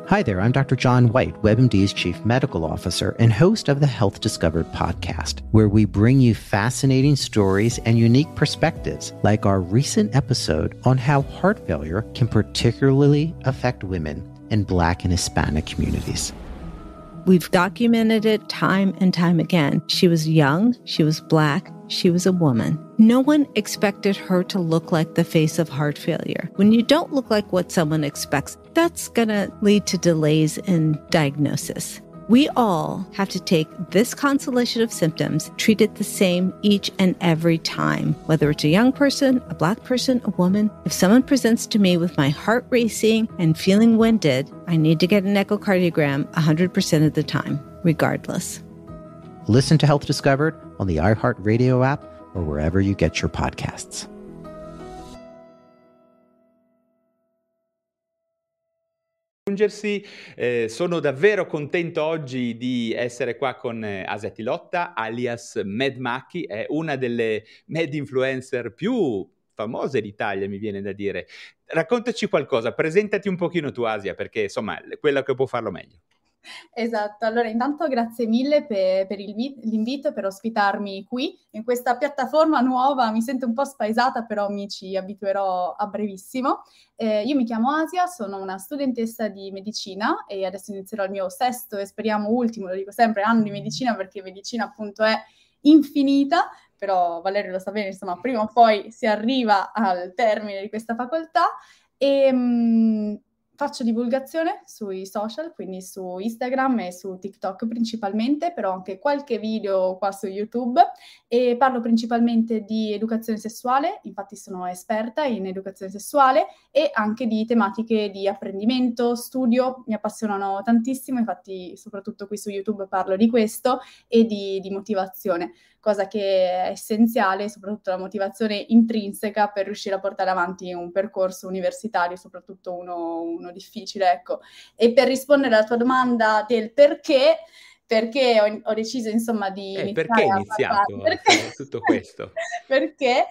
Hi there, I'm Dr. John White, WebMD's Chief Medical Officer and host of the Health Discovered podcast, where we bring you fascinating stories and unique perspectives, like our recent episode on how heart failure can particularly affect women in Black and Hispanic communities. We've documented it time and time again. She was young, she was Black, she was a woman. No one expected her to look like the face of heart failure. When you don't look like what someone expects, that's going to lead to delays in diagnosis. We all have to take this constellation of symptoms, treat it the same each and every time, whether it's a young person, a Black person, a woman. If someone presents to me with my heart racing and feeling winded, I need to get an echocardiogram 100% of the time, regardless. Listen to Health Discovered on the iHeartRadio app or wherever you get your podcasts. Sono davvero contento oggi di essere qua con Asia Tilotta, alias Med Macchi, è una delle med influencer più famose d'Italia, mi viene da dire. Raccontaci qualcosa, presentati un pochino tu, Asia, perché insomma è quella che può farlo meglio. Esatto, allora intanto grazie mille per l'invito, per ospitarmi qui in questa piattaforma nuova. Mi sento un po' spaesata, però mi ci abituerò a brevissimo. Io mi chiamo Asia, sono una studentessa di medicina e adesso inizierò il mio sesto e speriamo ultimo, lo dico sempre, anno di medicina, perché medicina appunto è infinita, però Valerio lo sa bene, insomma prima o poi si arriva al termine di questa facoltà e faccio divulgazione sui social, quindi su Instagram e su TikTok principalmente, però anche qualche video qua su YouTube, e parlo principalmente di educazione sessuale, infatti sono esperta in educazione sessuale, e anche di tematiche di apprendimento, studio, mi appassionano tantissimo, infatti soprattutto qui su YouTube parlo di questo, e di motivazione, cosa che è essenziale, soprattutto la motivazione intrinseca per riuscire a portare avanti un percorso universitario, soprattutto uno difficile, ecco. E per rispondere alla tua domanda del perché ho deciso insomma di perché hai iniziato a fare tutto questo? Perché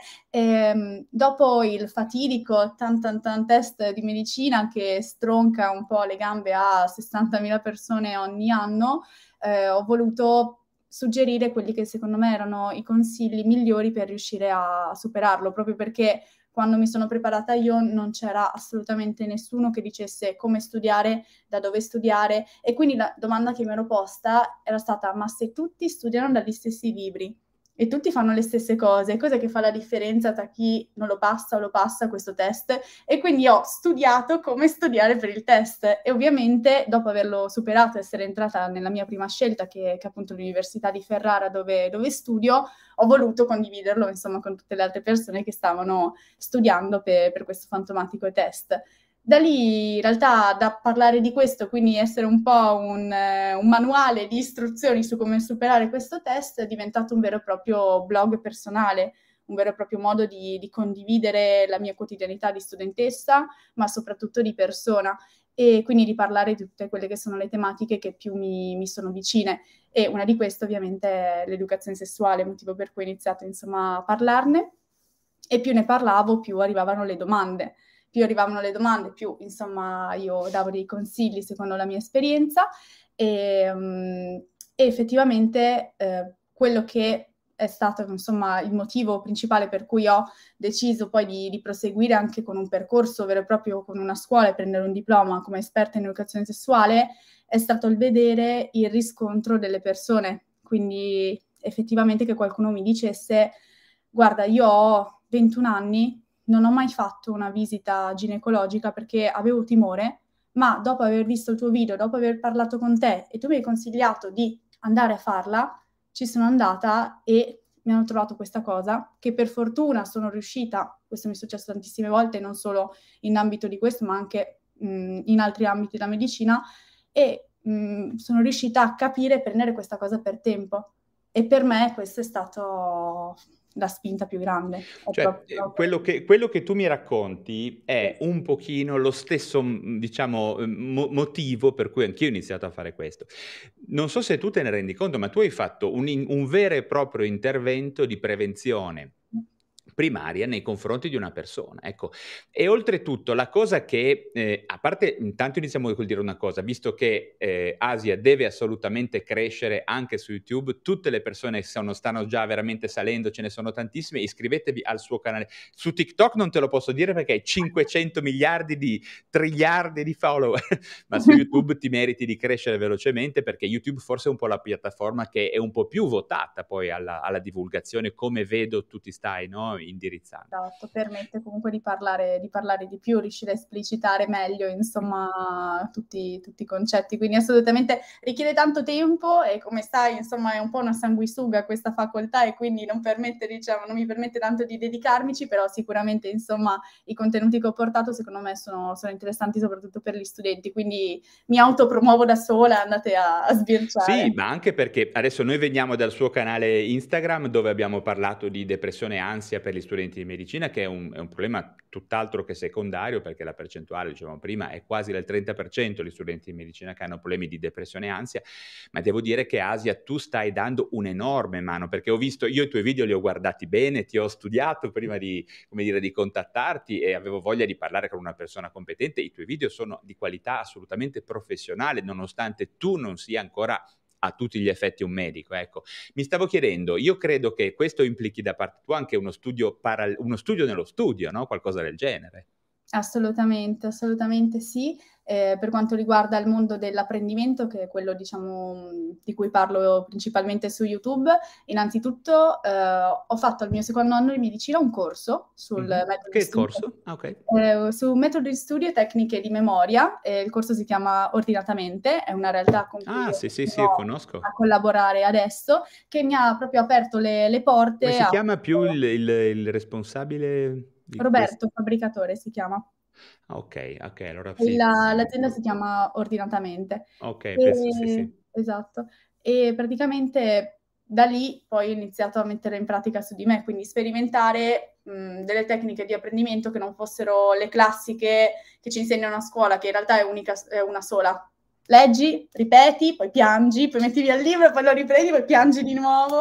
dopo il fatidico tan test di medicina che stronca un po' le gambe a 60.000 persone ogni anno, ho voluto suggerire quelli che secondo me erano i consigli migliori per riuscire a superarlo, proprio perché quando mi sono preparata io non c'era assolutamente nessuno che dicesse come studiare, da dove studiare, e quindi la domanda che mi ero posta era stata: ma se tutti studiano dagli stessi libri e tutti fanno le stesse cose, cos'è che fa la differenza tra chi non lo passa o lo passa questo test? E quindi ho studiato come studiare per il test, e ovviamente dopo averlo superato, essere entrata nella mia prima scelta, che è appunto l'Università di Ferrara dove studio, ho voluto condividerlo insomma con tutte le altre persone che stavano studiando per questo fantomatico test. Da lì, in realtà, da parlare di questo, quindi essere un po' un manuale di istruzioni su come superare questo test, è diventato un vero e proprio blog personale, un vero e proprio modo di condividere la mia quotidianità di studentessa, ma soprattutto di persona, e quindi di parlare di tutte quelle che sono le tematiche che più mi sono vicine. E una di queste ovviamente è l'educazione sessuale, motivo per cui ho iniziato insomma a parlarne, e più ne parlavo più arrivavano le domande. Più insomma io davo dei consigli secondo la mia esperienza, e effettivamente quello che è stato insomma il motivo principale per cui ho deciso poi di proseguire anche con un percorso vero e proprio con una scuola e prendere un diploma come esperta in educazione sessuale è stato il vedere il riscontro delle persone, quindi effettivamente che qualcuno mi dicesse: guarda, io ho 21 anni, non ho mai fatto una visita ginecologica perché avevo timore, ma dopo aver visto il tuo video, dopo aver parlato con te e tu mi hai consigliato di andare a farla, ci sono andata e mi hanno trovato questa cosa che per fortuna sono riuscita, questo mi è successo tantissime volte, non solo in ambito di questo, ma anche in altri ambiti della medicina, e sono riuscita a capire e prendere questa cosa per tempo. E per me questo è stato la spinta più grande. Cioè, quello che tu mi racconti è un pochino lo stesso, diciamo, motivo per cui anch'io ho iniziato a fare questo. Non so se tu te ne rendi conto, ma tu hai fatto un vero e proprio intervento di prevenzione primaria nei confronti di una persona, ecco. E oltretutto la cosa che, a parte, intanto iniziamo col dire una cosa, visto che Asia deve assolutamente crescere anche su YouTube, tutte le persone stanno già veramente salendo, ce ne sono tantissime, iscrivetevi al suo canale. Su TikTok non te lo posso dire perché hai 500 miliardi di triliardi di follower, ma su YouTube ti meriti di crescere velocemente, perché YouTube forse è un po' la piattaforma che è un po' più votata poi alla divulgazione, come vedo tu ti stai, no, indirizzando. Esatto, permette comunque di parlare di più, riuscire a esplicitare meglio, insomma, tutti i concetti. Quindi assolutamente richiede tanto tempo e, come sai, insomma, è un po' una sanguisuga questa facoltà e quindi non mi permette tanto di dedicarmici, però sicuramente, insomma, i contenuti che ho portato secondo me sono interessanti soprattutto per gli studenti, quindi mi autopromuovo da sola, andate a sbirciare. Sì, ma anche perché adesso noi veniamo dal suo canale Instagram, dove abbiamo parlato di depressione e ansia per gli studenti di medicina, che è un problema tutt'altro che secondario, perché la percentuale, dicevamo prima, è quasi del 30% gli studenti di medicina che hanno problemi di depressione e ansia. Ma devo dire che, Asia, tu stai dando un'enorme mano, perché ho visto, io i tuoi video li ho guardati bene, ti ho studiato prima di, come dire, di contattarti, e avevo voglia di parlare con una persona competente. I tuoi video sono di qualità assolutamente professionale, nonostante tu non sia ancora a tutti gli effetti un medico, ecco. Mi stavo chiedendo, io credo che questo implichi da parte tua anche uno studio nello studio, no? Qualcosa del genere. Assolutamente sì. Per quanto riguarda il mondo dell'apprendimento, che è quello, diciamo, di cui parlo principalmente su YouTube, innanzitutto ho fatto al mio secondo anno di medicina un corso sul metodo di studio. Che corso? Ah, ok. Su metodo di studio e tecniche di memoria. Il corso si chiama Ordinatamente, è una realtà con cui sì, conosco. a collaborare adesso, che mi ha proprio aperto le porte. Come si chiama più il responsabile? Roberto, fabbricatore si chiama. Ok, allora E sì. l'azienda si chiama Ordinatamente. Ok, sì. Esatto. E praticamente da lì poi ho iniziato a mettere in pratica su di me, quindi sperimentare delle tecniche di apprendimento che non fossero le classiche che ci insegnano a scuola, che in realtà è una sola. Leggi, ripeti, poi piangi, poi metti via il libro, poi lo riprendi, poi piangi di nuovo.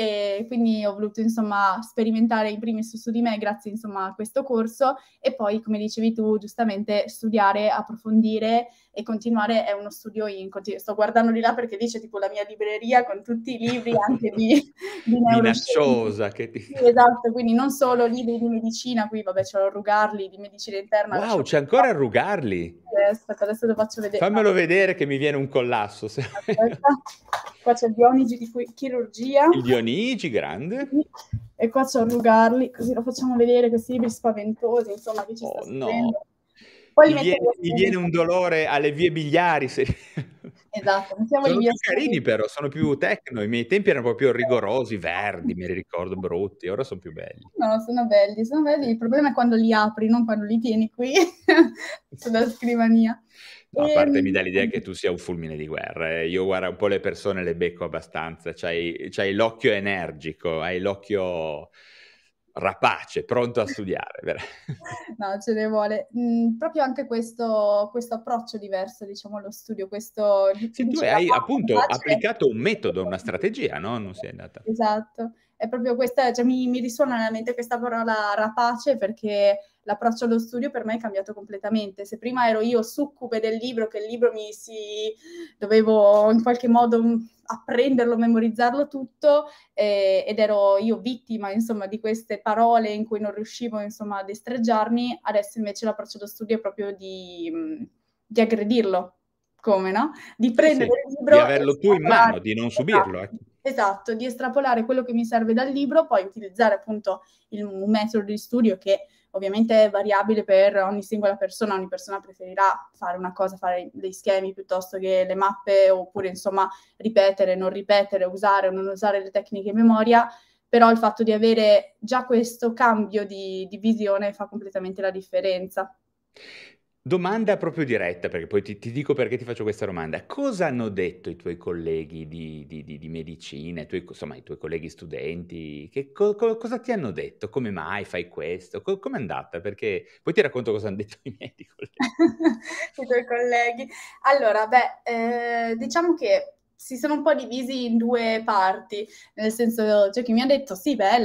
E quindi ho voluto, insomma, sperimentare in primis su di me grazie, insomma, a questo corso, e poi, come dicevi tu, giustamente studiare, approfondire e continuare. È uno studio in continuo. Sto guardando di là perché dice tipo la mia libreria con tutti i libri anche di minacciosa che ti... Sì, esatto, quindi non solo libri di medicina, qui vabbè c'è Rugarli di medicina interna. Wow, c'è ancora Rugarli? Aspetta, adesso lo faccio vedere. Fammelo vedere che mi viene un collasso. Aspetta. Qua c'è il Dionigi di chirurgia. Il Dionigi, grande. E qua c'è Rugarli, così lo facciamo vedere, questi libri spaventosi, insomma, che ci sta scrivendo. No. Poi mi viene un dolore alle vie biliari. Esatto, sono più carini però, sono più tecno. I miei tempi erano proprio rigorosi, verdi, me li ricordo, brutti. Ora sono più belli. No, sono belli. Il problema è quando li apri, non quando li tieni qui sulla scrivania. No, a parte mi dà l'idea che tu sia un fulmine di guerra. Io, guarda, un po' le persone le becco abbastanza. C'hai l'occhio energico, hai l'occhio rapace, pronto a studiare. No, ce ne vuole. Proprio anche questo approccio diverso, diciamo, allo studio. Sì, tu hai appunto applicato un metodo, una strategia, no? Non sei andata... Esatto. È proprio questa, cioè mi risuona nella mente questa parola rapace, perché l'approccio allo studio per me è cambiato completamente. Se prima ero io succube del libro, che il libro dovevo in qualche modo apprenderlo, memorizzarlo tutto, ed ero io vittima, insomma, di queste parole in cui non riuscivo, insomma, a destreggiarmi. Adesso invece l'approccio allo studio è proprio di aggredirlo, come, no? Di prendere il libro, di averlo tu in mano, di non subirlo. Esatto, di estrapolare quello che mi serve dal libro, poi utilizzare appunto un metodo di studio che ovviamente è variabile per ogni singola persona. Ogni persona preferirà fare una cosa, fare dei schemi piuttosto che le mappe, oppure insomma ripetere, non ripetere, usare o non usare le tecniche in memoria. Però il fatto di avere già questo cambio di visione fa completamente la differenza. Domanda proprio diretta, perché poi ti dico perché ti faccio questa domanda. Cosa hanno detto i tuoi colleghi di medicina, i tuoi colleghi studenti? Cosa ti hanno detto? Come mai fai questo? Com'è andata? Perché poi ti racconto cosa hanno detto i miei colleghi. I tuoi colleghi. Allora, diciamo che si sono un po' divisi in due parti, nel senso, c'è chi mi ha detto sì, bella,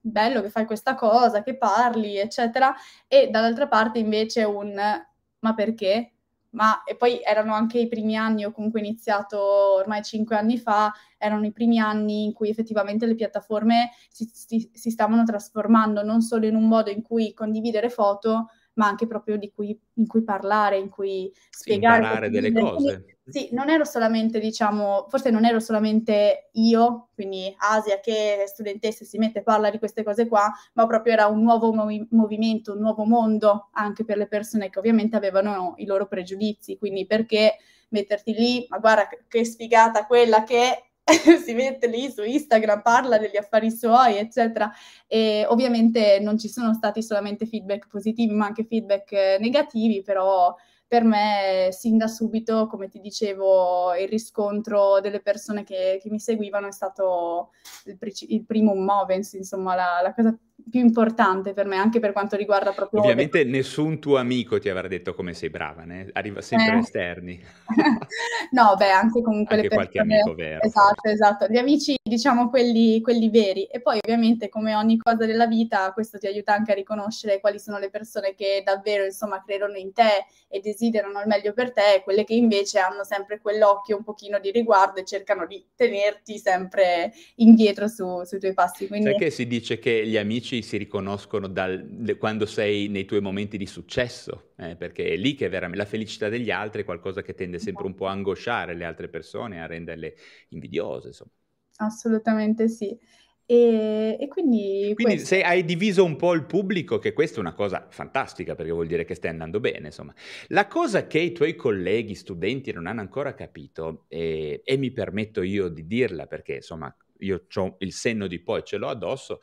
bello che fai questa cosa, che parli, eccetera, e dall'altra parte invece ma perché? E poi erano anche i primi anni, ho comunque iniziato ormai 5 anni fa, erano i primi anni in cui effettivamente le piattaforme si stavano trasformando, non solo in un modo in cui condividere foto, ma anche proprio in cui parlare, in cui spiegare. Imparare delle cose. Sì, non ero solamente, diciamo, forse non ero solamente io, quindi Asia, che è studentessa e si mette e parla di queste cose qua, ma proprio era un nuovo movimento, un nuovo mondo anche per le persone che ovviamente avevano i loro pregiudizi, quindi perché metterti lì, ma guarda che sfigata quella che si mette lì su Instagram, parla degli affari suoi, eccetera. E ovviamente non ci sono stati solamente feedback positivi, ma anche feedback negativi, però per me, sin da subito, come ti dicevo, il riscontro delle persone che mi seguivano è stato il primum movens, insomma, la cosa più importante per me, anche per quanto riguarda proprio... Ovviamente nessun tuo amico ti avrà detto come sei brava, né? Arriva sempre esterni. No, beh, anche comunque anche le persone... qualche amico vero. Esatto. Gli amici, diciamo, quelli veri. E poi, ovviamente, come ogni cosa della vita, questo ti aiuta anche a riconoscere quali sono le persone che davvero, insomma, credono in te e desiderano il meglio per te, e quelle che invece hanno sempre quell'occhio un pochino di riguardo e cercano di tenerti sempre indietro sui tuoi passi. Quindi... Sai che si dice che gli amici si riconoscono quando sei nei tuoi momenti di successo, perché è lì che veramente la felicità degli altri è qualcosa che tende sempre un po' a angosciare le altre persone, a renderle invidiose, insomma. Assolutamente sì. E quindi Quindi questo. se hai diviso un po' il pubblico, che questa è una cosa fantastica, perché vuol dire che stai andando bene, insomma. La cosa che i tuoi colleghi, studenti non hanno ancora capito, e mi permetto io di dirla, perché insomma io ho il senno di poi, ce l'ho addosso,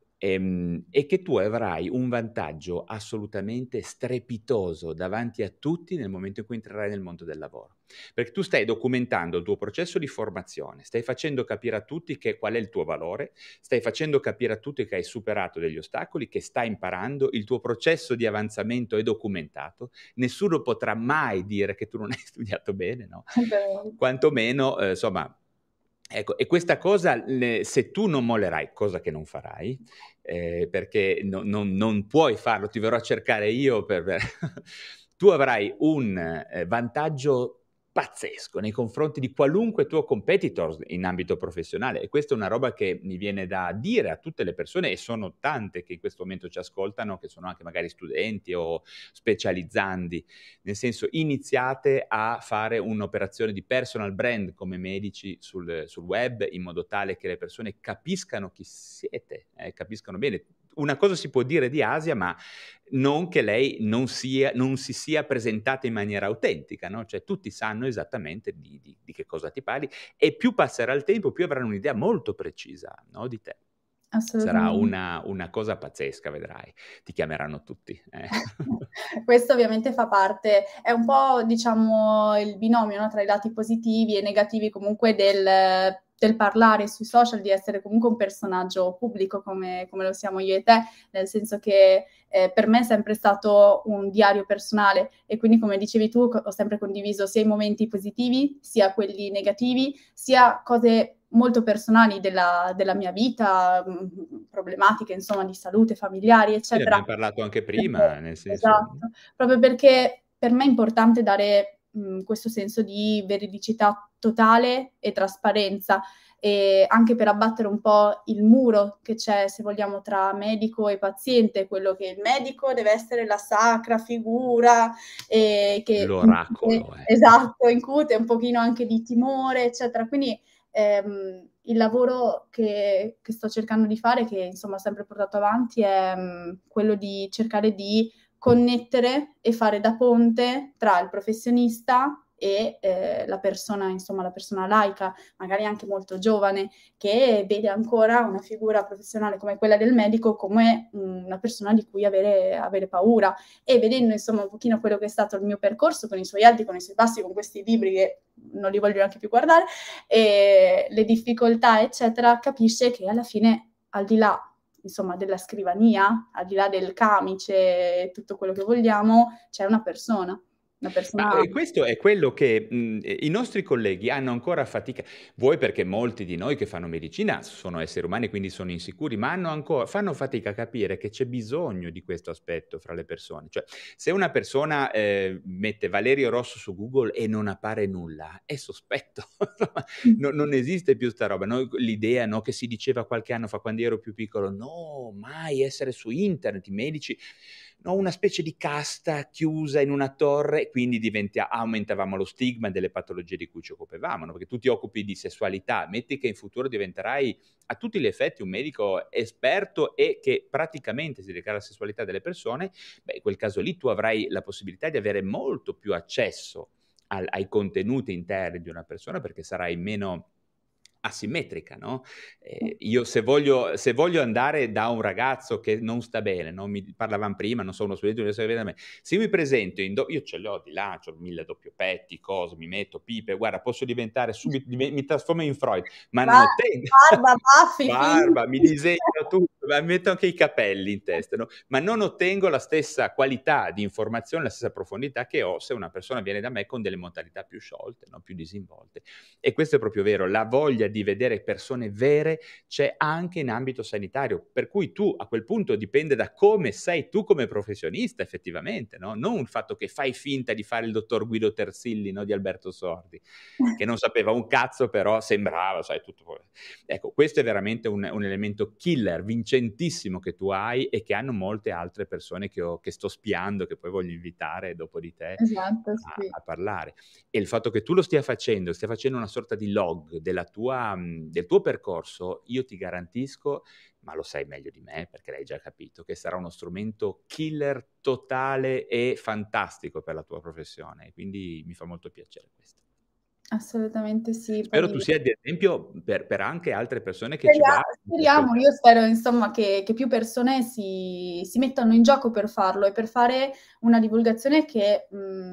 è che tu avrai un vantaggio assolutamente strepitoso davanti a tutti nel momento in cui entrerai nel mondo del lavoro. Perché tu stai documentando il tuo processo di formazione, stai facendo capire a tutti qual è il tuo valore, stai facendo capire a tutti che hai superato degli ostacoli, che stai imparando, il tuo processo di avanzamento è documentato, nessuno potrà mai dire che tu non hai studiato bene, no? Quantomeno, insomma, ecco, e questa cosa, se tu non mollerai, cosa che non farai, perché non puoi farlo, ti verrò a cercare io tu avrai un vantaggio pazzesco nei confronti di qualunque tuo competitor in ambito professionale, e questa è una roba che mi viene da dire a tutte le persone, e sono tante che in questo momento ci ascoltano, che sono anche magari studenti o specializzandi, nel senso, iniziate a fare un'operazione di personal brand come medici sul web, in modo tale che le persone capiscano chi siete, capiscano bene. Una cosa si può dire di Asia, ma non che lei non si sia presentata in maniera autentica, no? Cioè tutti sanno esattamente di che cosa ti parli, e più passerà il tempo, più avranno un'idea molto precisa, no, di te. Sarà una cosa pazzesca, vedrai. Ti chiameranno tutti. Questo ovviamente fa parte, è un po', diciamo, il binomio, no, tra i lati positivi e negativi comunque del parlare sui social, di essere comunque un personaggio pubblico come lo siamo io e te, nel senso che per me è sempre stato un diario personale, e quindi, come dicevi tu, ho sempre condiviso sia i momenti positivi, sia quelli negativi, sia cose molto personali della mia vita, problematiche, insomma, di salute, familiari, Sì, ne eccetera. abbiamo parlato anche prima, nel senso... Esatto, proprio perché per me è importante dare questo senso di veridicità totale e trasparenza, e anche per abbattere un po' il muro che c'è, se vogliamo, tra medico e paziente, quello che il medico deve essere la sacra figura, e che l'oracolo. Esatto, incute un pochino anche di timore, eccetera. Quindi il lavoro che sto cercando di fare, che insomma ho sempre portato avanti, è quello di cercare di connettere e fare da ponte tra il professionista e la persona, insomma, la persona laica, magari anche molto giovane, che vede ancora una figura professionale come quella del medico come una persona di cui avere paura, e vedendo, insomma, un pochino quello che è stato il mio percorso, con i suoi alti, con i suoi bassi, con questi libri che non li voglio neanche più guardare, e le difficoltà, eccetera, capisce che alla fine, al di là, insomma, della scrivania, al di là del camice e tutto quello che vogliamo, c'è una persona. una persona... Ma questo è quello che i nostri colleghi hanno ancora fatica, vuoi perché molti di noi che fanno medicina sono esseri umani, quindi sono insicuri, ma fanno fatica a capire che c'è bisogno di questo aspetto fra le persone. Cioè, se una persona mette Valerio Rosso su Google e non appare nulla, è sospetto. Non esiste più sta roba. L'idea, no, che si diceva qualche anno fa quando ero più piccolo, no, mai essere su internet, i medici... No, una specie di casta chiusa in una torre, quindi aumentavamo lo stigma delle patologie di cui ci occupavamo, no? Perché tu ti occupi di sessualità, metti che in futuro diventerai a tutti gli effetti un medico esperto e che praticamente si dedica alla sessualità delle persone, in quel caso lì tu avrai la possibilità di avere molto più accesso ai contenuti interni di una persona, perché sarai meno asimmetrica, no? Io se voglio andare da un ragazzo che non sta bene, no? Mi parlavamo prima, non so, uno studente universitario da me, se io mi presento io ce li ho di là, ho 1000 doppiopetti, cose, mi metto pipe, guarda, posso diventare subito, mi trasformo in Freud, ma non ottengo barba, mi disegno tutto, mi metto anche i capelli in testa, no? Ma non ottengo la stessa qualità di informazione, la stessa profondità che ho se una persona viene da me con delle modalità più sciolte, no? Più disinvolte. E questo è proprio vero, la voglia di vedere persone vere c'è anche in ambito sanitario, per cui tu a quel punto dipende da come sei tu come professionista effettivamente, no? Non il fatto che fai finta di fare il dottor Guido Tersilli, no? Di Alberto Sordi, che non sapeva un cazzo però sembrava, sai, tutto. Ecco, questo è veramente un elemento killer, vincentissimo che tu hai e che hanno molte altre persone che sto spiando, che poi voglio invitare dopo di te a parlare. E il fatto che tu lo stia facendo una sorta di log del tuo percorso, io ti garantisco, ma lo sai meglio di me perché l'hai già capito, che sarà uno strumento killer totale e fantastico per la tua professione, quindi mi fa molto piacere questo. Assolutamente sì. Spero tu sia di esempio per anche altre persone che speriamo, io spero insomma che più persone si mettano in gioco per farlo e per fare una divulgazione che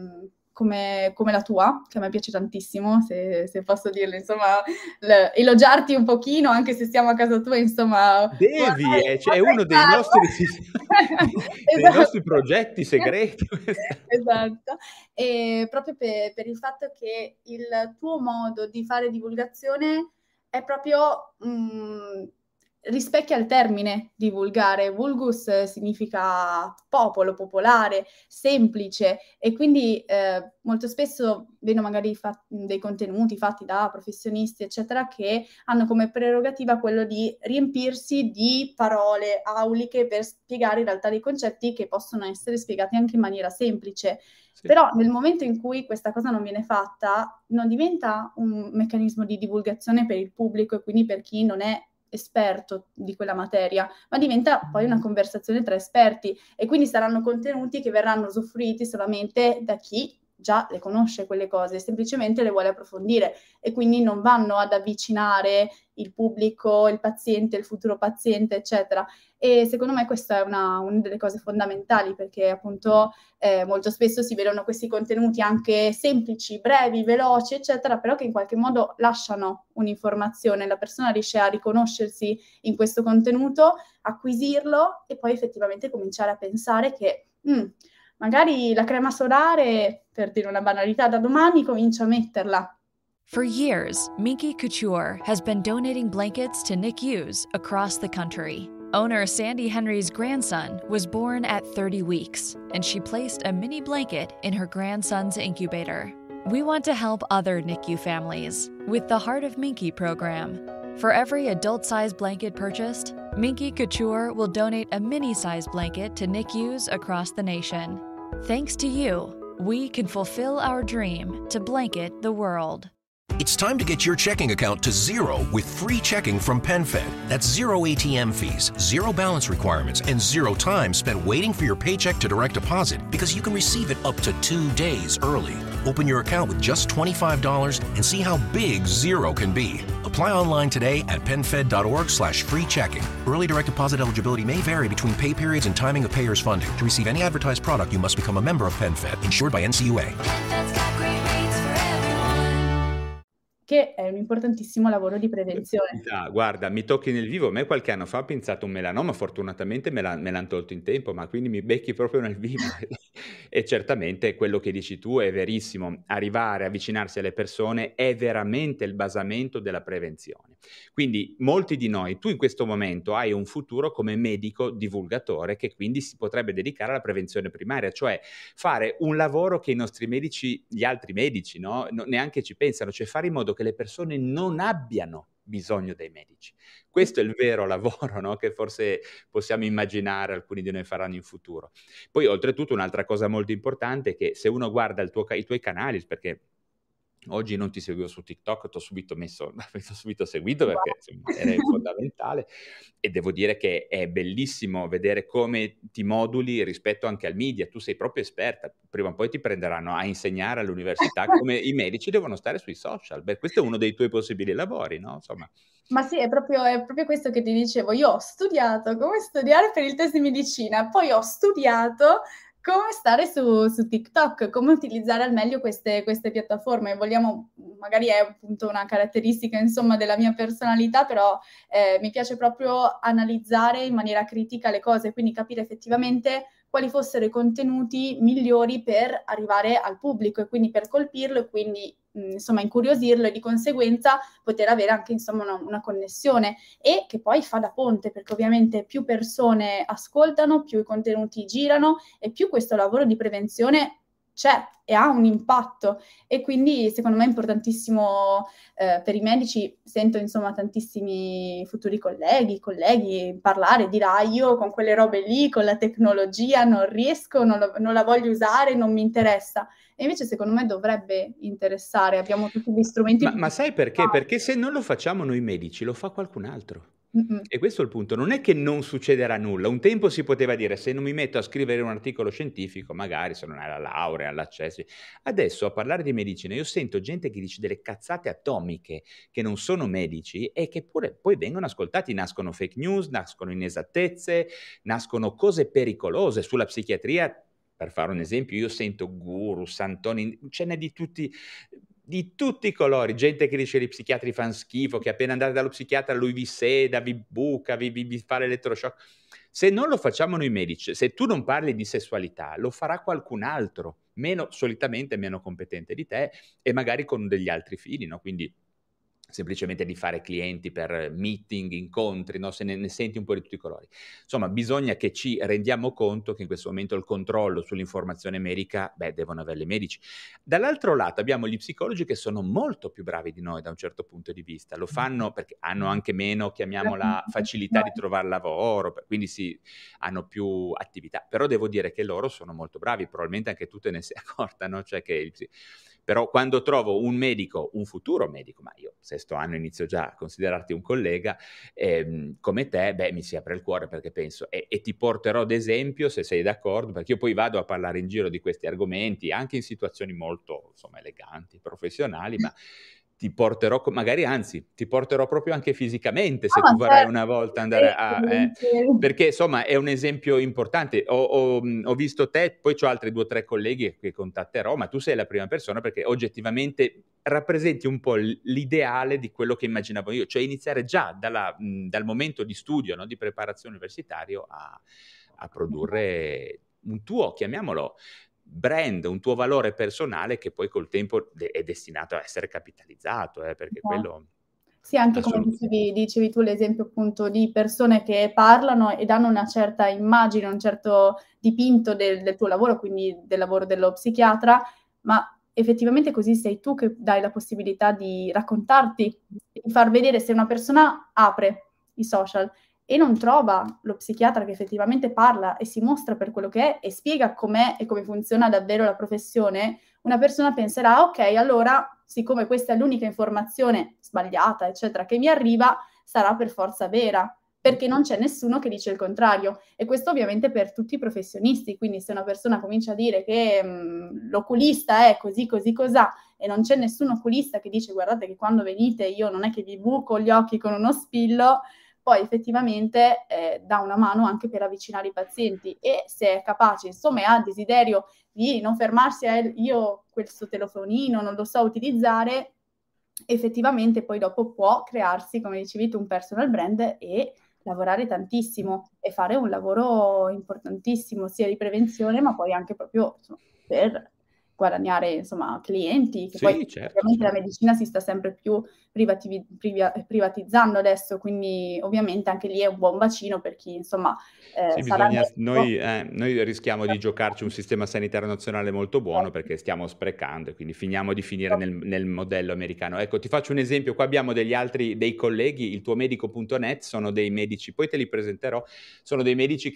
come la tua, che a me piace tantissimo, se posso dirlo, insomma, elogiarti un pochino, anche se stiamo a casa tua, insomma... è uno dei nostri, dei nostri progetti segreti. Esatto, e proprio per il fatto che il tuo modo di fare divulgazione è proprio... rispecchia il termine divulgare. Vulgus significa popolo, popolare, semplice, e quindi molto spesso vedo magari dei contenuti fatti da professionisti eccetera che hanno come prerogativa quello di riempirsi di parole auliche per spiegare in realtà dei concetti che possono essere spiegati anche in maniera semplice. Sì. Però nel momento in cui questa cosa non viene fatta, non diventa un meccanismo di divulgazione per il pubblico e quindi per chi non è esperto di quella materia, ma diventa poi una conversazione tra esperti, e quindi saranno contenuti che verranno usufruiti solamente da chi già le conosce quelle cose, semplicemente le vuole approfondire, e quindi non vanno ad avvicinare il pubblico, il paziente, il futuro paziente, eccetera. E secondo me questa è una delle cose fondamentali, perché appunto molto spesso si vedono questi contenuti anche semplici, brevi, veloci, eccetera, però che in qualche modo lasciano un'informazione, la persona riesce a riconoscersi in questo contenuto, acquisirlo e poi effettivamente cominciare a pensare che magari la crema solare, per dire una banalità, da domani comincio a metterla. For years, Minky Couture has been donating blankets to NICUs across the country. Owner Sandy Henry's grandson was born at 30 weeks, and she placed a mini blanket in her grandson's incubator. We want to help other NICU families with the Heart of Minky program. For every adult-sized blanket purchased, Minky Couture will donate a mini-sized blanket to NICUs across the nation. Thanks to you, we can fulfill our dream to blanket the world. It's time to get your checking account to zero with free checking from PenFed. That's zero ATM fees, zero balance requirements, and zero time spent waiting for your paycheck to direct deposit, because you can receive it up to 2 days early. Open your account with just $25 and see how big zero can be. Apply online today at PenFed.org/free checking. Early direct deposit eligibility may vary between pay periods and timing of payer's funding. To receive any advertised product, you must become a member of PenFed, insured by NCUA. che è un importantissimo lavoro di prevenzione. Guarda, mi tocchi nel vivo. A me qualche anno fa ho pensato un melanoma, fortunatamente me l'han tolto in tempo, ma quindi mi becchi proprio nel vivo. E certamente quello che dici tu è verissimo. Arrivare, avvicinarsi alle persone è veramente il basamento della prevenzione. Quindi molti di noi, tu in questo momento hai un futuro come medico divulgatore che quindi si potrebbe dedicare alla prevenzione primaria, cioè fare un lavoro che i nostri medici, gli altri medici, no, neanche ci pensano, cioè fare in modo che le persone non abbiano bisogno dei medici. Questo è il vero lavoro, no, che forse possiamo immaginare alcuni di noi faranno in futuro. Poi oltretutto un'altra cosa molto importante è che se uno guarda i tuoi canali, perché oggi non ti seguivo su TikTok, t'ho subito seguito perché insomma era fondamentale, e devo dire che è bellissimo vedere come ti moduli rispetto anche al media. Tu sei proprio esperta, prima o poi ti prenderanno a insegnare all'università come i medici devono stare sui social. Beh, questo è uno dei tuoi possibili lavori, no? Insomma. Ma sì, è proprio questo che ti dicevo. Io ho studiato come studiare per il test di medicina, poi ho studiato come stare su TikTok, come utilizzare al meglio queste piattaforme. Magari è appunto una caratteristica, insomma, della mia personalità, però mi piace proprio analizzare in maniera critica le cose, quindi capire effettivamente quali fossero i contenuti migliori per arrivare al pubblico e quindi per colpirlo e quindi insomma incuriosirlo e di conseguenza poter avere anche insomma una connessione, e che poi fa da ponte, perché ovviamente più persone ascoltano, più i contenuti girano e più questo lavoro di prevenzione c'è e ha un impatto, e quindi secondo me è importantissimo per i medici. Sento insomma tantissimi futuri colleghi parlare, dire io con quelle robe lì, con la tecnologia non riesco, non la voglio usare, non mi interessa. E invece secondo me dovrebbe interessare, abbiamo tutti gli strumenti. Ma sai perché? Perché se non lo facciamo noi medici, lo fa qualcun altro. Mm-mm. E questo è il punto, non è che non succederà nulla. Un tempo si poteva dire, se non mi metto a scrivere un articolo scientifico, magari se non hai la laurea, l'accesso. Adesso a parlare di medicina io sento gente che dice delle cazzate atomiche, che non sono medici e che pure poi vengono ascoltati. Nascono fake news, nascono inesattezze, nascono cose pericolose. Sulla psichiatria, per fare un esempio, io sento guru, santoni, ce n'è di tutti i colori, gente che dice che gli psichiatri fanno schifo, che appena andate dallo psichiatra lui vi seda, vi buca, vi fa l'elettroshock. Se non lo facciamo noi medici, se tu non parli di sessualità, lo farà qualcun altro, solitamente meno competente di te e magari con degli altri fini, no? Quindi semplicemente di fare clienti per meeting, incontri, no? Se ne senti un po' di tutti i colori. Insomma, bisogna che ci rendiamo conto che in questo momento il controllo sull'informazione medica, devono averli i medici. Dall'altro lato abbiamo gli psicologi che sono molto più bravi di noi da un certo punto di vista, lo fanno perché hanno anche meno, chiamiamola, facilità di trovare lavoro, quindi hanno più attività, però devo dire che loro sono molto bravi, probabilmente anche tu te ne sei accorta, no? Cioè che però quando trovo un medico, un futuro medico, ma io sesto anno inizio già a considerarti un collega, come te, mi si apre il cuore, perché penso, e ti porterò ad esempio, se sei d'accordo, perché io poi vado a parlare in giro di questi argomenti, anche in situazioni molto, insomma, eleganti, professionali, ma ti porterò, magari anzi, ti porterò proprio anche fisicamente, se tu vorrai una volta andare perché insomma è un esempio importante. Ho visto te, poi c'ho altri 2 o 3 colleghi che contatterò, ma tu sei la prima persona perché oggettivamente rappresenti un po' l'ideale di quello che immaginavo io, cioè iniziare già dal momento di studio, no, di preparazione universitario a produrre un tuo, chiamiamolo, brand, un tuo valore personale che poi col tempo è destinato a essere capitalizzato, perché quello... Sì, anche come dicevi tu, l'esempio appunto di persone che parlano e danno una certa immagine, un certo dipinto del tuo lavoro, quindi del lavoro dello psichiatra, ma effettivamente così sei tu che dai la possibilità di raccontarti, di far vedere. Se una persona apre i social e non trova lo psichiatra che effettivamente parla e si mostra per quello che è e spiega com'è e come funziona davvero la professione, una persona penserà, ok, allora, siccome questa è l'unica informazione sbagliata, eccetera, che mi arriva, sarà per forza vera, perché non c'è nessuno che dice il contrario. E questo ovviamente per tutti i professionisti, quindi se una persona comincia a dire che l'oculista è così, così, cos'ha, e non c'è nessun oculista che dice guardate che quando venite io non è che vi buco gli occhi con uno spillo, poi effettivamente dà una mano anche per avvicinare i pazienti, e se è capace, insomma, ha desiderio di non fermarsi a io questo telefonino non lo so utilizzare, effettivamente poi dopo può crearsi, come dicevi tu, un personal brand e lavorare tantissimo e fare un lavoro importantissimo sia di prevenzione, ma poi anche proprio insomma, per guadagnare insomma clienti, che poi Sì, certo, ovviamente la certo. medicina si sta sempre più privatizzando adesso, quindi ovviamente anche lì è un buon bacino per chi insomma Sì, sarà bisogna medico. noi rischiamo di giocarci un sistema sanitario nazionale molto buono perché stiamo sprecando e quindi finiamo di finire nel modello americano. Ecco, ti faccio un esempio, qua abbiamo dei colleghi, il tuomedico.net, sono dei medici, poi te li presenterò, sono dei medici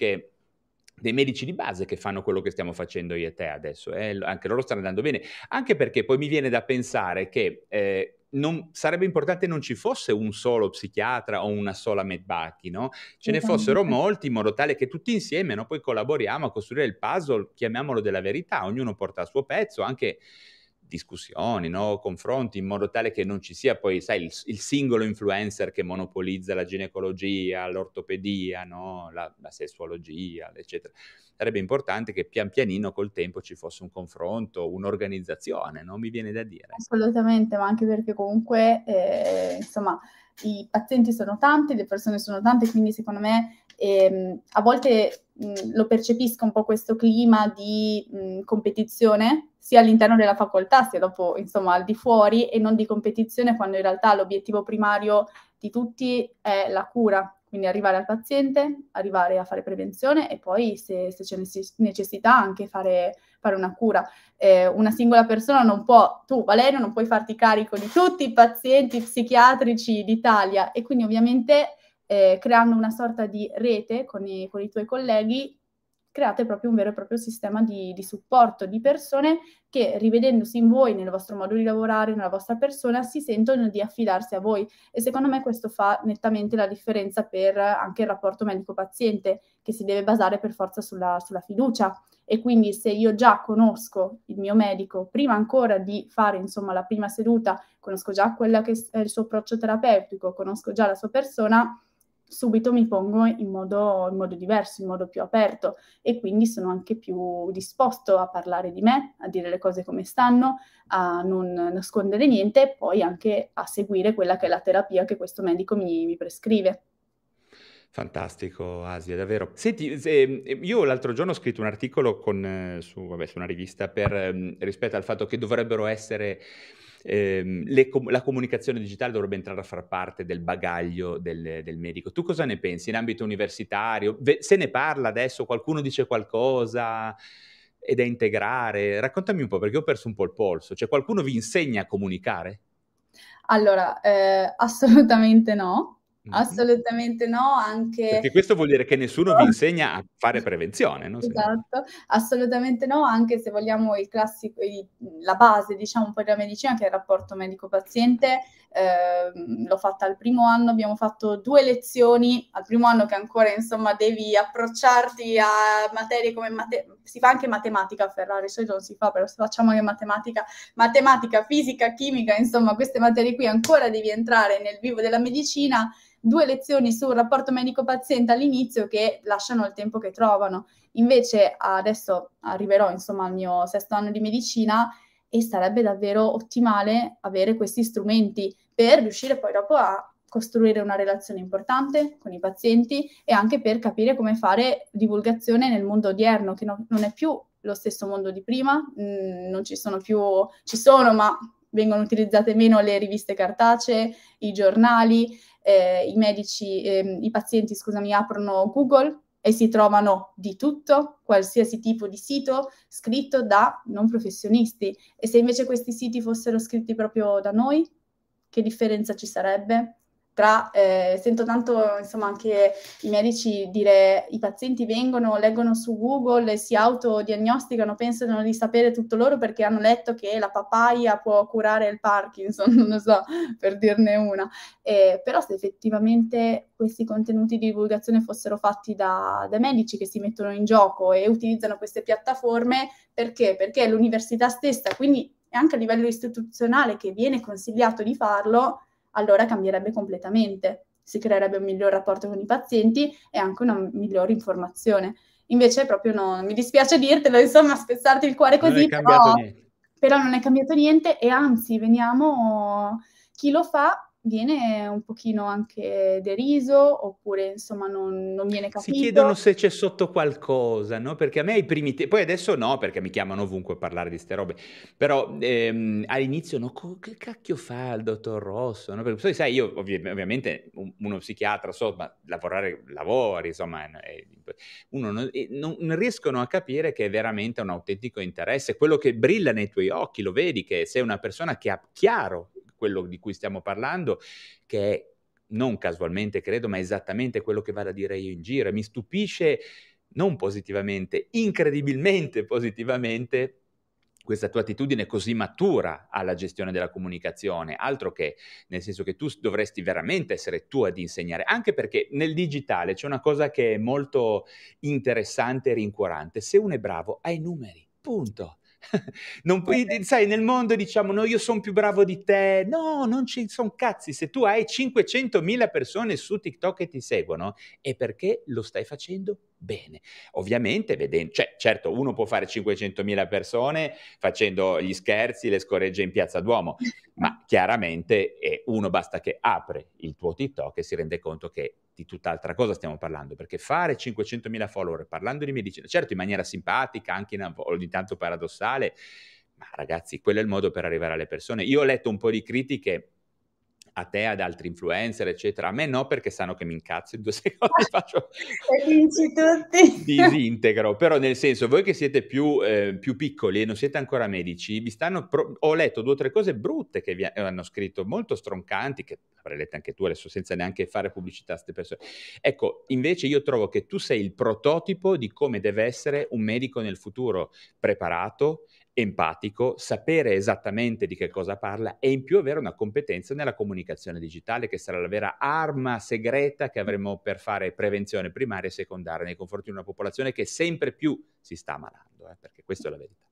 di base che fanno quello che stiamo facendo io e te adesso, anche loro stanno andando bene, anche perché poi mi viene da pensare che sarebbe importante non ci fosse un solo psichiatra o una sola medbacchi, no? Ce ne fossero molti in modo tale che tutti insieme, no, poi collaboriamo a costruire il puzzle, chiamiamolo della verità, ognuno porta il suo pezzo, anche discussioni, no? Confronti, in modo tale che non ci sia poi, sai, il singolo influencer che monopolizza la ginecologia, l'ortopedia, no? la sessuologia, eccetera. Sarebbe importante che pian pianino col tempo ci fosse un confronto, un'organizzazione, no? Mi viene da dire. Assolutamente, ma anche perché comunque insomma i pazienti sono tanti, le persone sono tante, quindi secondo me a volte lo percepisco un po' questo clima di competizione sia all'interno della facoltà sia dopo insomma al di fuori, e non di competizione, quando in realtà l'obiettivo primario di tutti è la cura, quindi arrivare al paziente, arrivare a fare prevenzione e poi se c'è necessità anche fare una cura. Una singola persona non può, tu Valerio non puoi farti carico di tutti i pazienti psichiatrici d'Italia, e quindi ovviamente creando una sorta di rete con i tuoi colleghi create proprio un vero e proprio sistema di supporto di persone che, rivedendosi in voi, nel vostro modo di lavorare, nella vostra persona, si sentono di affidarsi a voi, e secondo me questo fa nettamente la differenza per anche il rapporto medico-paziente, che si deve basare per forza sulla fiducia. E quindi se io già conosco il mio medico, prima ancora di fare insomma la prima seduta, conosco già quella che è il suo approccio terapeutico, conosco già la sua persona, subito mi pongo in modo diverso, in modo più aperto, e quindi sono anche più disposto a parlare di me, a dire le cose come stanno, a non nascondere niente, e poi anche a seguire quella che è la terapia che questo medico mi prescrive. Fantastico, Asia, davvero. Senti, io l'altro giorno ho scritto un articolo su una rivista rispetto al fatto che dovrebbero essere la comunicazione digitale dovrebbe entrare a far parte del bagaglio del medico. Tu cosa ne pensi in ambito universitario? Se ne parla adesso? Qualcuno dice qualcosa? È da integrare? Raccontami un po', perché ho perso un po' il polso. Cioè, qualcuno vi insegna a comunicare? Allora, assolutamente no. Assolutamente no, anche Perché questo vuol dire che nessuno vi insegna a fare prevenzione, no? esatto, assolutamente no, anche se vogliamo il classico, la base, diciamo, un po' della medicina, che è il rapporto medico-paziente. L'ho fatta al primo anno, abbiamo fatto 2 lezioni, al primo anno che ancora, insomma, devi approcciarti a materie come si fa anche matematica a Ferrari, solito non si fa, però facciamo anche matematica, fisica, chimica, insomma, queste materie qui ancora devi entrare nel vivo della medicina. 2 lezioni sul rapporto medico-paziente all'inizio che lasciano il tempo che trovano. Invece adesso arriverò insomma al mio 6º anno di medicina e sarebbe davvero ottimale avere questi strumenti per riuscire poi dopo a costruire una relazione importante con i pazienti e anche per capire come fare divulgazione nel mondo odierno, che non è più lo stesso mondo di prima, non ci sono più, ci sono, ma vengono utilizzate meno le riviste cartacee, i giornali. I pazienti, aprono Google e si trovano di tutto, qualsiasi tipo di sito scritto da non professionisti. E se invece questi siti fossero scritti proprio da noi, che differenza ci sarebbe? Sento tanto insomma anche i medici dire: i pazienti vengono, leggono su Google e si autodiagnosticano, pensano di sapere tutto loro perché hanno letto che la papaya può curare il Parkinson, non lo so, per dirne una. Però se effettivamente questi contenuti di divulgazione fossero fatti da medici che si mettono in gioco e utilizzano queste piattaforme, perché? Perché l'università stessa, quindi anche a livello istituzionale, che viene consigliato di farlo, allora cambierebbe completamente, si creerebbe un miglior rapporto con i pazienti e anche una migliore informazione. Invece proprio no, mi dispiace dirtelo, insomma, spezzarti il cuore così, Non è cambiato niente. però non è cambiato niente, e anzi veniamo Chi lo fa viene un pochino anche deriso, oppure insomma non viene Si chiedono capito. se c'è sotto qualcosa, no, perché a me ai primi poi adesso no, perché mi chiamano ovunque a parlare di 'ste robe, però, all'inizio no: "Co che cacchio fa il dottor Rosso?" No, perché poi sai io ovviamente uno psichiatra so, ma lavori insomma, uno non riescono a capire che è veramente un autentico interesse, quello che brilla nei tuoi occhi, lo vedi che sei una persona che ha chiaro quello di cui stiamo parlando, che è non casualmente credo, ma esattamente quello che vado a dire io in giro. E mi stupisce, non positivamente, incredibilmente positivamente, questa tua attitudine così matura alla gestione della comunicazione, altro che, nel senso che tu dovresti veramente essere tu ad insegnare, anche perché nel digitale c'è una cosa che è molto interessante e rincuorante: se uno è bravo ha i numeri, punto. Non puoi, sai, nel mondo diciamo no, io sono più bravo di te. No, non ci sono cazzi. Se tu hai 500.000 persone su TikTok che ti seguono, è perché lo stai facendo bene. Ovviamente, cioè, certo, uno può fare 500.000 persone facendo gli scherzi, le scoregge in Piazza Duomo, ma chiaramente uno basta che apre il tuo TikTok e si rende conto che di tutt'altra cosa stiamo parlando, perché fare 500.000 follower parlando di medicina, certo in maniera simpatica, anche ogni tanto paradossale, ma ragazzi, quello è il modo per arrivare alle persone. Io ho letto un po' di critiche a te, ad altri influencer, eccetera. A me no, perché sanno che mi incazzo in 2 secondi, faccio E vinci tutti. disintegro. Però nel senso, voi che siete più piccoli e non siete ancora medici, vi stanno ho letto 2 o 3 cose brutte che vi hanno scritto, molto stroncanti, che avrai lette anche tu adesso senza neanche fare pubblicità a 'ste persone. Ecco, invece io trovo che tu sei il prototipo di come deve essere un medico nel futuro: preparato, empatico, sapere esattamente di che cosa parla e in più avere una competenza nella comunicazione digitale, che sarà la vera arma segreta che avremo per fare prevenzione primaria e secondaria nei confronti di una popolazione che sempre più si sta ammalando, perché questa è la verità.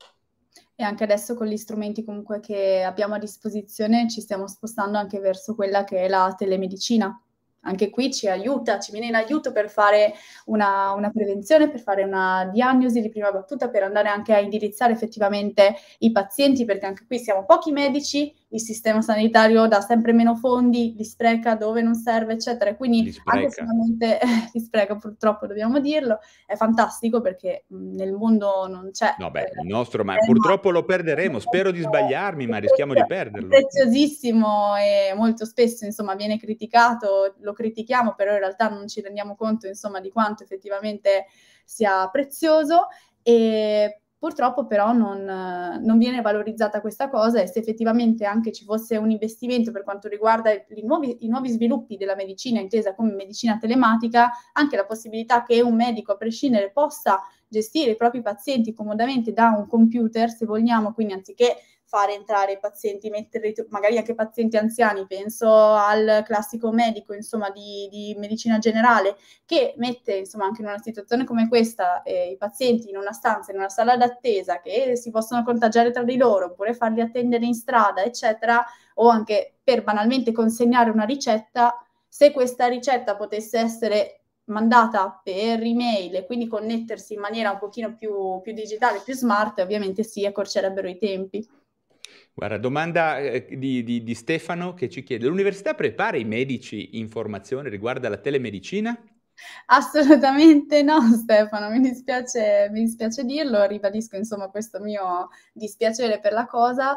E anche adesso con gli strumenti comunque che abbiamo a disposizione ci stiamo spostando anche verso quella che è la telemedicina. Anche qui ci viene in aiuto per fare una prevenzione, per fare una diagnosi di prima battuta, per andare anche a indirizzare effettivamente i pazienti, perché anche qui siamo pochi medici, il sistema sanitario dà sempre meno fondi, li spreca dove non serve, eccetera. E quindi anche solamente li spreca, purtroppo dobbiamo dirlo. È fantastico perché nel mondo non c'è. No, beh, il nostro, ma purtroppo lo perderemo. Spero di sbagliarmi, ma rischiamo di perderlo. Preziosissimo e molto spesso, insomma, viene criticato, lo critichiamo, però in realtà non ci rendiamo conto, insomma, di quanto effettivamente sia prezioso. E purtroppo però non viene valorizzata questa cosa, e se effettivamente anche ci fosse un investimento per quanto riguarda i nuovi sviluppi della medicina, intesa come medicina telematica, anche la possibilità che un medico a prescindere possa gestire i propri pazienti comodamente da un computer, se vogliamo, quindi anziché fare entrare i pazienti, metterli magari anche pazienti anziani, penso al classico medico, insomma, di medicina generale, che mette, insomma, anche in una situazione come questa, i pazienti in una stanza, in una sala d'attesa, che si possono contagiare tra di loro, oppure farli attendere in strada, eccetera, o anche per banalmente consegnare una ricetta. Se questa ricetta potesse essere mandata per email e quindi connettersi in maniera un pochino più digitale, più smart, ovviamente si accorcerebbero i tempi. Guarda, domanda di Stefano che ci chiede: l'università prepara i medici in formazione riguardo alla telemedicina? Assolutamente no, Stefano, mi dispiace dirlo, ribadisco insomma questo mio dispiacere per la cosa,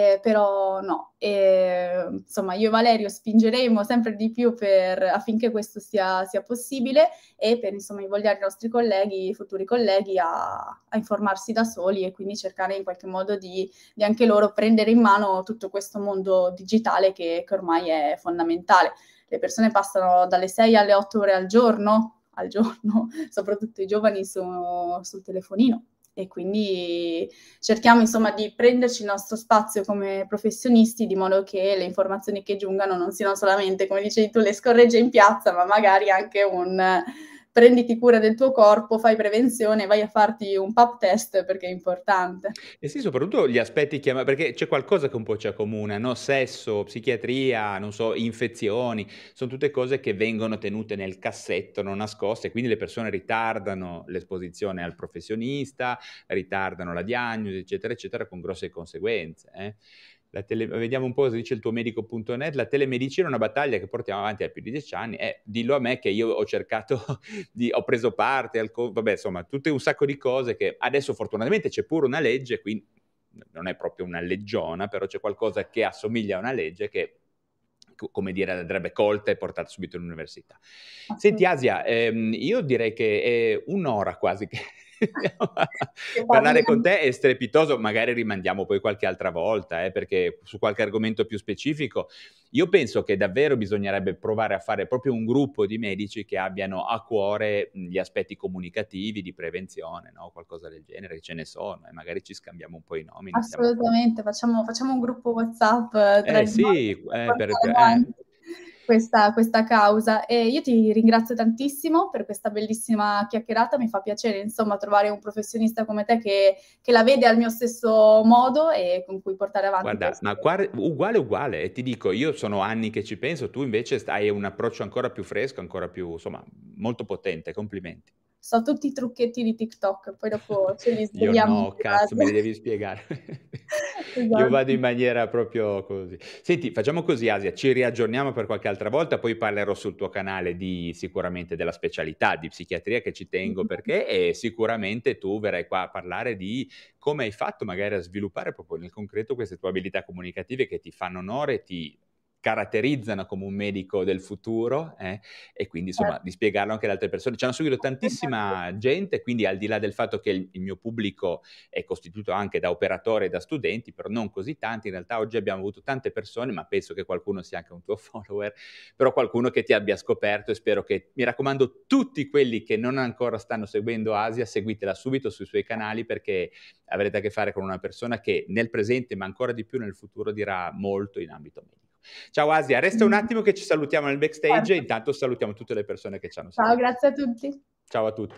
però no. Insomma, io e Valerio spingeremo sempre di più affinché questo sia possibile, e per insomma invogliare i nostri colleghi, i futuri colleghi a informarsi da soli, e quindi cercare in qualche modo di anche loro prendere in mano tutto questo mondo digitale che ormai è fondamentale. Le persone passano dalle 6 alle 8 ore al giorno, soprattutto i giovani sul telefonino, e quindi cerchiamo insomma di prenderci il nostro spazio come professionisti, di modo che le informazioni che giungano non siano solamente, come dicevi tu, le scorregge in piazza, ma magari anche un prenditi cura del tuo corpo, fai prevenzione, vai a farti un pap test perché è importante. E sì, soprattutto gli aspetti perché c'è qualcosa che un po' ci accomuna, no? Sesso, psichiatria, non so, infezioni, sono tutte cose che vengono tenute nel cassetto, non nascoste, quindi le persone ritardano l'esposizione al professionista, ritardano la diagnosi, eccetera, eccetera, con grosse conseguenze. Vediamo un po' cosa dice il tuo medico.net. La telemedicina è una battaglia che portiamo avanti da più di 10 anni. Dillo a me che io ho cercato, ho preso parte, vabbè, insomma, tutte un sacco di cose che adesso fortunatamente c'è pure una legge, quindi non è proprio una leggiona, però c'è qualcosa che assomiglia a una legge che, come dire, andrebbe colta e portata subito all'università. Senti Asia, io direi che è un'ora quasi che parlare con te è strepitoso, magari rimandiamo poi qualche altra volta, perché su qualche argomento più specifico io penso che davvero bisognerebbe provare a fare proprio un gruppo di medici che abbiano a cuore gli aspetti comunicativi, di prevenzione, no? Qualcosa del genere, che ce ne sono, e magari ci scambiamo un po' i nomi. Assolutamente, facciamo un gruppo WhatsApp tra di sì, noi questa causa. E io ti ringrazio tantissimo per questa bellissima chiacchierata, mi fa piacere insomma trovare un professionista come te che la vede al mio stesso modo e con cui portare avanti. Guarda, uguale, e ti dico, io sono anni che ci penso, tu invece hai un approccio ancora più fresco, ancora più, insomma, molto potente, complimenti. So tutti i trucchetti di TikTok, poi dopo ce li svegliamo. Io no, cazzo, me li devi spiegare. Esatto. Io vado in maniera proprio così. Senti, facciamo così Asia, ci riaggiorniamo per qualche altra volta, poi parlerò sul tuo canale sicuramente della specialità di psichiatria che ci tengo perché, e sicuramente tu verrai qua a parlare di come hai fatto magari a sviluppare proprio nel concreto queste tue abilità comunicative che ti fanno onore e ti caratterizzano come un medico del futuro, e quindi insomma di spiegarlo anche ad altre persone. Ci hanno seguito tantissima gente, quindi al di là del fatto che il mio pubblico è costituito anche da operatori e da studenti, però non così tanti, in realtà oggi abbiamo avuto tante persone, ma penso che qualcuno sia anche un tuo follower, però qualcuno che ti abbia scoperto, e spero che, mi raccomando, tutti quelli che non ancora stanno seguendo Asia, seguitela subito sui suoi canali, perché avrete a che fare con una persona che nel presente, ma ancora di più nel futuro, dirà molto in ambito medico. Ciao Asia, resta un attimo che ci salutiamo nel backstage e intanto salutiamo tutte le persone che ci hanno seguito. Ciao, grazie a tutti. Ciao a tutti.